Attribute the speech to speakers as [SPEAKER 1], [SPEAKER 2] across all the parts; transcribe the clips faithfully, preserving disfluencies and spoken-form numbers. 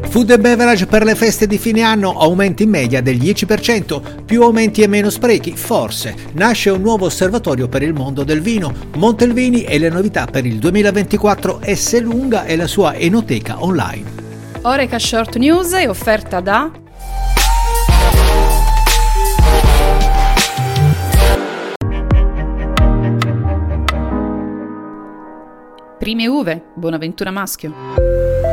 [SPEAKER 1] Food and beverage per le feste di fine anno, aumenti in media del dieci per cento, più aumenti e meno sprechi, forse. Nasce un nuovo osservatorio per il mondo del vino, Montelvini e le novità per il duemilaventiquattro, Esselunga e la sua enoteca online.
[SPEAKER 2] Oreca Short News è offerta da Prime Uve, Bonaventura Maschio.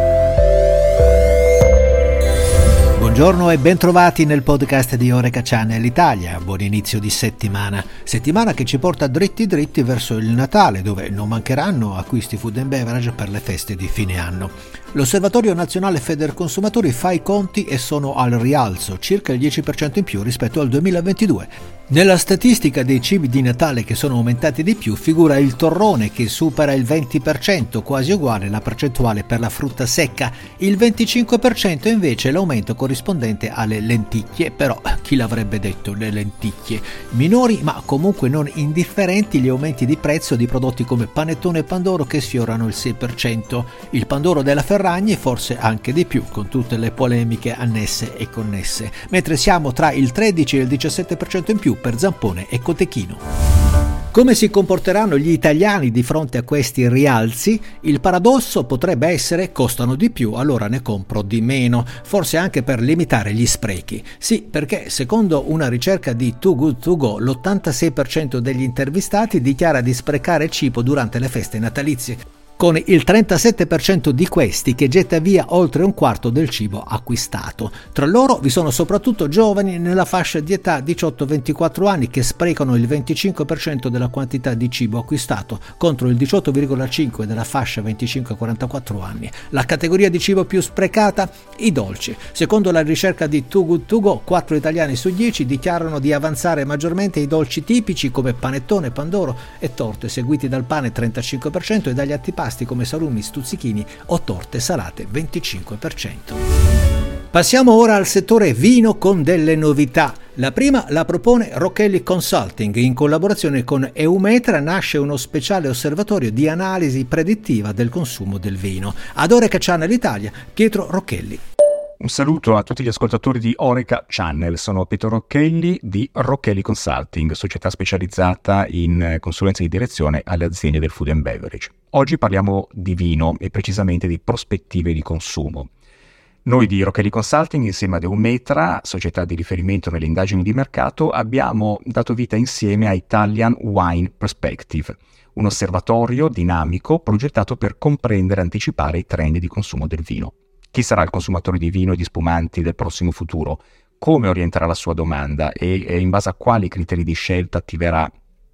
[SPEAKER 1] Buongiorno e bentrovati nel podcast di Oreca Channel Italia. Buon inizio di settimana. Settimana che ci porta dritti dritti verso il Natale, dove non mancheranno acquisti food and beverage per le feste di fine anno. L'Osservatorio Nazionale Federconsumatori fa i conti e sono al rialzo, circa il dieci per cento in più rispetto al duemilaventidue. Nella statistica dei cibi di Natale che sono aumentati di più figura il torrone che supera il venti per cento, quasi uguale la percentuale per la frutta secca. Il venticinque per cento invece è l'aumento corrispondente alle lenticchie, però chi l'avrebbe detto, le lenticchie. Minori ma comunque non indifferenti gli aumenti di prezzo di prodotti come panettone e pandoro che sfiorano il sei per cento. Il pandoro della Ferragni forse anche di più, con tutte le polemiche annesse e connesse, mentre siamo tra il tredici e il diciassette per cento in più per Zampone e Cotechino. Come si comporteranno gli italiani di fronte a questi rialzi? Il paradosso potrebbe essere: costano di più, allora ne compro di meno, forse anche per limitare gli sprechi. Sì, perché secondo una ricerca di Too Good To Go, l'ottantasei per cento degli intervistati dichiara di sprecare cibo durante le feste natalizie, con il trentasette per cento di questi che getta via oltre un quarto del cibo acquistato. Tra loro vi sono soprattutto giovani nella fascia di età diciotto ventiquattro anni che sprecano il venticinque per cento della quantità di cibo acquistato, contro il diciotto virgola cinque per cento della fascia venticinque quarantaquattro anni. La categoria di cibo più sprecata? I dolci. Secondo la ricerca di Too Good To Go, quattro italiani su dieci dichiarano di avanzare maggiormente i dolci tipici come panettone, pandoro e torte, seguiti dal pane trentacinque per cento e dagli antipasti come salumi, stuzzichini o torte salate venticinque per cento. Passiamo ora al settore vino con delle novità. La prima la propone Rocchelli Consulting. In collaborazione con Eumetra nasce uno speciale osservatorio di analisi predittiva del consumo del vino. Ad Oreca Channel Italia, Pietro Rocchelli.
[SPEAKER 3] Un saluto a tutti gli ascoltatori di Oreca Channel, sono Pietro Rocchelli di Rocchelli Consulting, società specializzata in consulenza di direzione alle aziende del food and beverage. Oggi parliamo di vino e precisamente di prospettive di consumo. Noi di Rocchelli Consulting, insieme ad Eumetra, società di riferimento nelle indagini di mercato, abbiamo dato vita insieme a Italian Wine Perspective, un osservatorio dinamico progettato per comprendere e anticipare i trend di consumo del vino. Chi sarà il consumatore di vino e di spumanti del prossimo futuro? Come orienterà la sua domanda e, e in base a quali criteri di scelta attiverà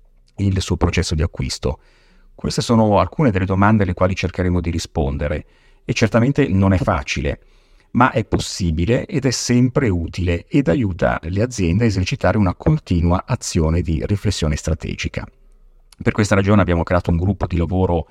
[SPEAKER 3] il suo processo di acquisto? Queste sono alcune delle domande alle quali cercheremo di rispondere e certamente non è facile, ma è possibile ed è sempre utile ed aiuta le aziende a esercitare una continua azione di riflessione strategica. Per questa ragione abbiamo creato un gruppo di lavoro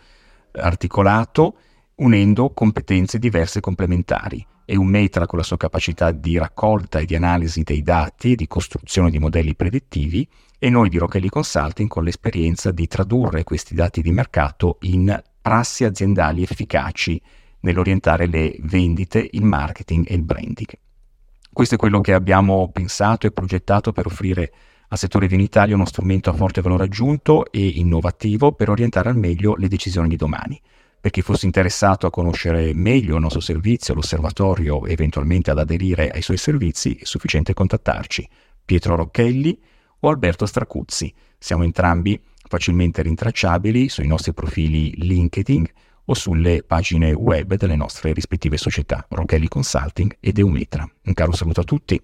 [SPEAKER 3] articolato unendo competenze diverse e complementari. Eumetra con la sua capacità di raccolta e di analisi dei dati e di costruzione di modelli predittivi e noi di Rocchelli Consulting con l'esperienza di tradurre questi dati di mercato in prassi aziendali efficaci nell'orientare le vendite, il marketing e il branding. Questo è quello che abbiamo pensato e progettato per offrire al settore vino Italia uno strumento a forte valore aggiunto e innovativo per orientare al meglio le decisioni di domani. Per chi fosse interessato a conoscere meglio il nostro servizio, l'osservatorio e eventualmente ad aderire ai suoi servizi, è sufficiente contattarci Pietro Rocchelli o Alberto Stracuzzi. Siamo entrambi facilmente rintracciabili sui nostri profili LinkedIn o sulle pagine web delle nostre rispettive società, Rocchelli Consulting ed Eumetra. Un caro saluto a tutti.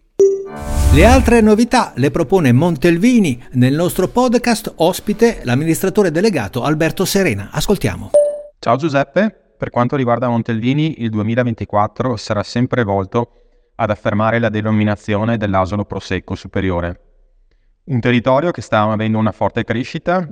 [SPEAKER 1] Le altre novità le propone Montelvini. Nel nostro podcast ospite l'amministratore delegato Alberto Serena. Ascoltiamo.
[SPEAKER 4] Ciao Giuseppe, per quanto riguarda Montelvini il duemilaventiquattro sarà sempre volto ad affermare la denominazione dell'Asolo Prosecco Superiore, un territorio che sta avendo una forte crescita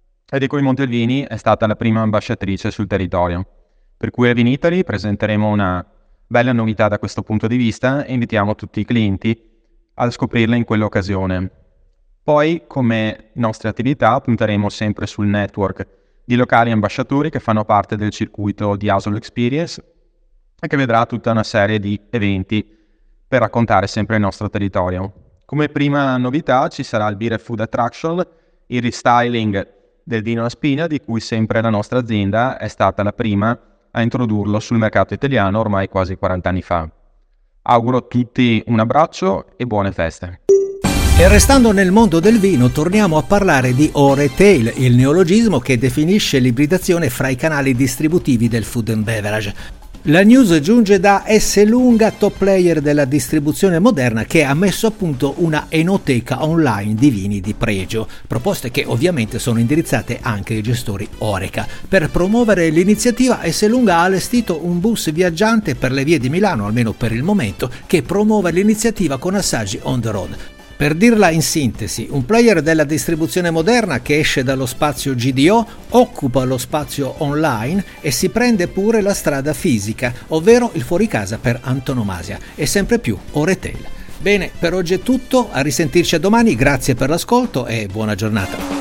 [SPEAKER 4] e di cui Montelvini è stata la prima ambasciatrice sul territorio, per cui a Vinitaly presenteremo una bella novità da questo punto di vista e invitiamo tutti i clienti a scoprirla in quell'occasione. Poi, come nostre attività, punteremo sempre sul network di locali ambasciatori che fanno parte del circuito di Asolo Experience e che vedrà tutta una serie di eventi per raccontare sempre il nostro territorio. Come prima novità ci sarà il Beer Food Attraction, il restyling del vino a spina, di cui sempre la nostra azienda è stata la prima a introdurlo sul mercato italiano ormai quasi quaranta anni fa. Auguro a tutti un abbraccio e buone feste.
[SPEAKER 1] E restando nel mondo del vino, torniamo a parlare di O Retail, il neologismo che definisce l'ibridazione fra i canali distributivi del food and beverage. La news giunge da Esselunga, top player della distribuzione moderna, che ha messo a punto una enoteca online di vini di pregio, proposte che ovviamente sono indirizzate anche ai gestori Horeca. Per promuovere l'iniziativa, Esselunga ha allestito un bus viaggiante per le vie di Milano, almeno per il momento, che promuove l'iniziativa con assaggi on the road. Per dirla in sintesi, un player della distribuzione moderna che esce dallo spazio G D O, occupa lo spazio online e si prende pure la strada fisica, ovvero il fuoricasa per antonomasia, e sempre più O Retail. Bene, per oggi è tutto, a risentirci a domani, grazie per l'ascolto e buona giornata.